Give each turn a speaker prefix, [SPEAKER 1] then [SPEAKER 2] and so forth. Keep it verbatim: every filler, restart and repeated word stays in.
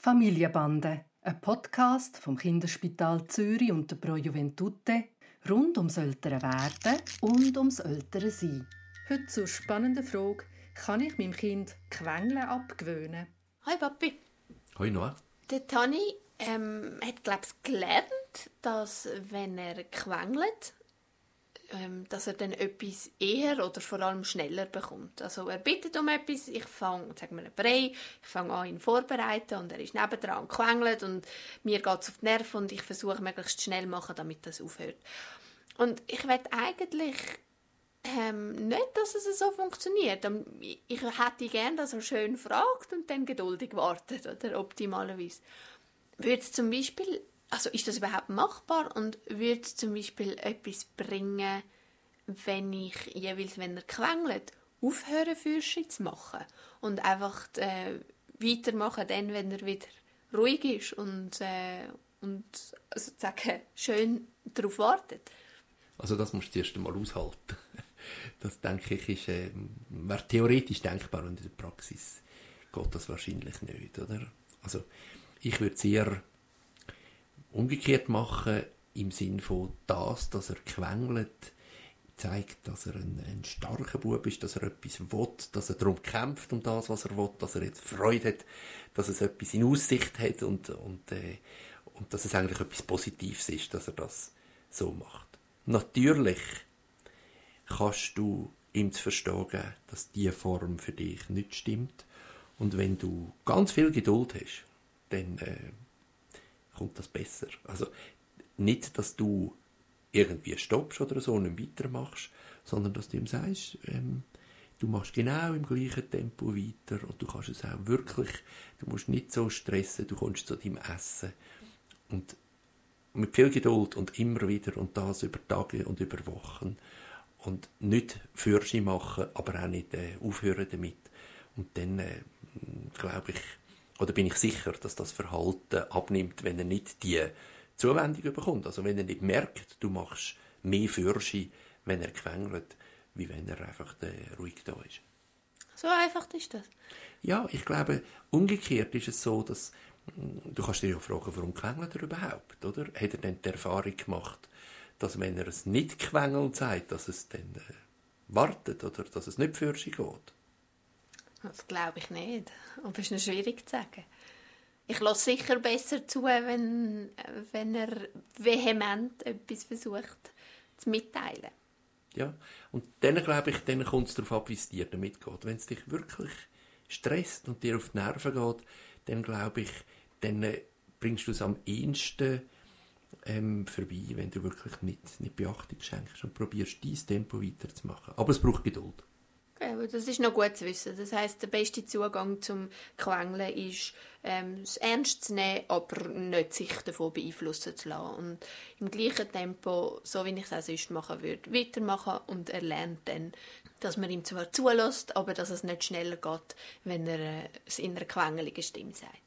[SPEAKER 1] Familienbande, ein Podcast vom Kinderspital Zürich und der Pro Juventute rund ums ältere Werden und ums ältere Sein. Heute zur spannenden Frage: Kann ich meinem Kind Quengeln abgewöhnen?
[SPEAKER 2] Hi Papi.
[SPEAKER 3] Hoi Noah.
[SPEAKER 2] Der Tani ähm, hat, glaube ich, gelernt, dass wenn er quengelt, ähm, dass er dann etwas eher oder vor allem schneller bekommt. Also er bittet um etwas, ich fange, sagen wir, einen Brei, ich fange an, ihn vorzubereiten und er ist nebendran und quengelt und mir geht es auf die Nerven und ich versuche, möglichst schnell zu machen, damit das aufhört. Und ich will eigentlich ähm, nicht, dass es so funktioniert. Ich hätte gerne, dass er schön fragt und dann geduldig wartet, oder optimalerweise. Würde es zum Beispiel, also ist das überhaupt machbar und würde es zum Beispiel etwas bringen, wenn ich jeweils, wenn er quengelt, aufhören, Fürsche zu machen und einfach äh, weitermachen, dann, wenn er wieder ruhig ist und, äh, und sozusagen schön darauf wartet?
[SPEAKER 3] Also das musst du erst einmal aushalten. Das, denke ich, ist, äh, wäre theoretisch denkbar und in der Praxis geht das wahrscheinlich nicht, oder? Also ich würde es eher umgekehrt machen, im Sinn von das, dass er quengelt, zeigt, dass er ein, ein starker Bub ist, dass er etwas will, dass er darum kämpft, um das, was er will, dass er jetzt Freude hat, dass es etwas in Aussicht hat und, und, äh, und dass es eigentlich etwas Positives ist, dass er das so macht. Natürlich kannst du ihm zu verstehen geben, dass diese Form für dich nicht stimmt. Und wenn du ganz viel Geduld hast, dann äh, kommt das besser. Also nicht, dass du irgendwie stoppst oder so und nicht weitermachst, sondern dass du ihm sagst, ähm, du machst genau im gleichen Tempo weiter und du kannst es auch wirklich, du musst nicht so stressen, du kommst zu deinem Essen. Und mit viel Geduld und immer wieder und das über Tage und über Wochen. Und nicht Fürsche machen, aber auch nicht äh, aufhören damit. Und dann äh, glaube ich, oder bin ich sicher, dass das Verhalten abnimmt, wenn er nicht die Zuwendung bekommt. Also wenn er nicht merkt, du machst mehr Fürsche, wenn er quengelt, wie wenn er einfach äh, ruhig da ist.
[SPEAKER 2] So einfach ist das? Ja,
[SPEAKER 3] ich glaube, umgekehrt ist es so, dass du kannst dir ja fragen, warum quengelt er überhaupt, oder? Hat er denn die Erfahrung gemacht, dass wenn er es nicht quengelt sagt, dass es dann äh, wartet oder dass es nicht für sich geht?
[SPEAKER 2] Das glaube ich nicht. Aber es ist noch schwierig zu sagen. Ich lasse sicher besser zu, wenn, wenn er vehement etwas versucht zu mitteilen.
[SPEAKER 3] Ja, und dann glaube ich, dann kommt es darauf ab, wie es dir damit geht. Wenn es dich wirklich stresst und dir auf die Nerven geht, dann glaube ich, dann äh, bringst du es am ehesten ähm, vorbei, wenn du wirklich nicht, nicht Beachtung schenkst und probierst, dein Tempo weiterzumachen. Aber es braucht Geduld.
[SPEAKER 2] Okay, aber das ist noch gut zu wissen. Das heisst, der beste Zugang zum Quengeln ist, ähm, es ernst zu nehmen, aber nicht sich davon beeinflussen zu lassen. Und im gleichen Tempo, so wie ich es auch sonst machen würde, weitermachen und er lernt dann, dass man ihm zwar zulässt, aber dass es nicht schneller geht, wenn er äh, es in einer quengeligen Stimme sagt.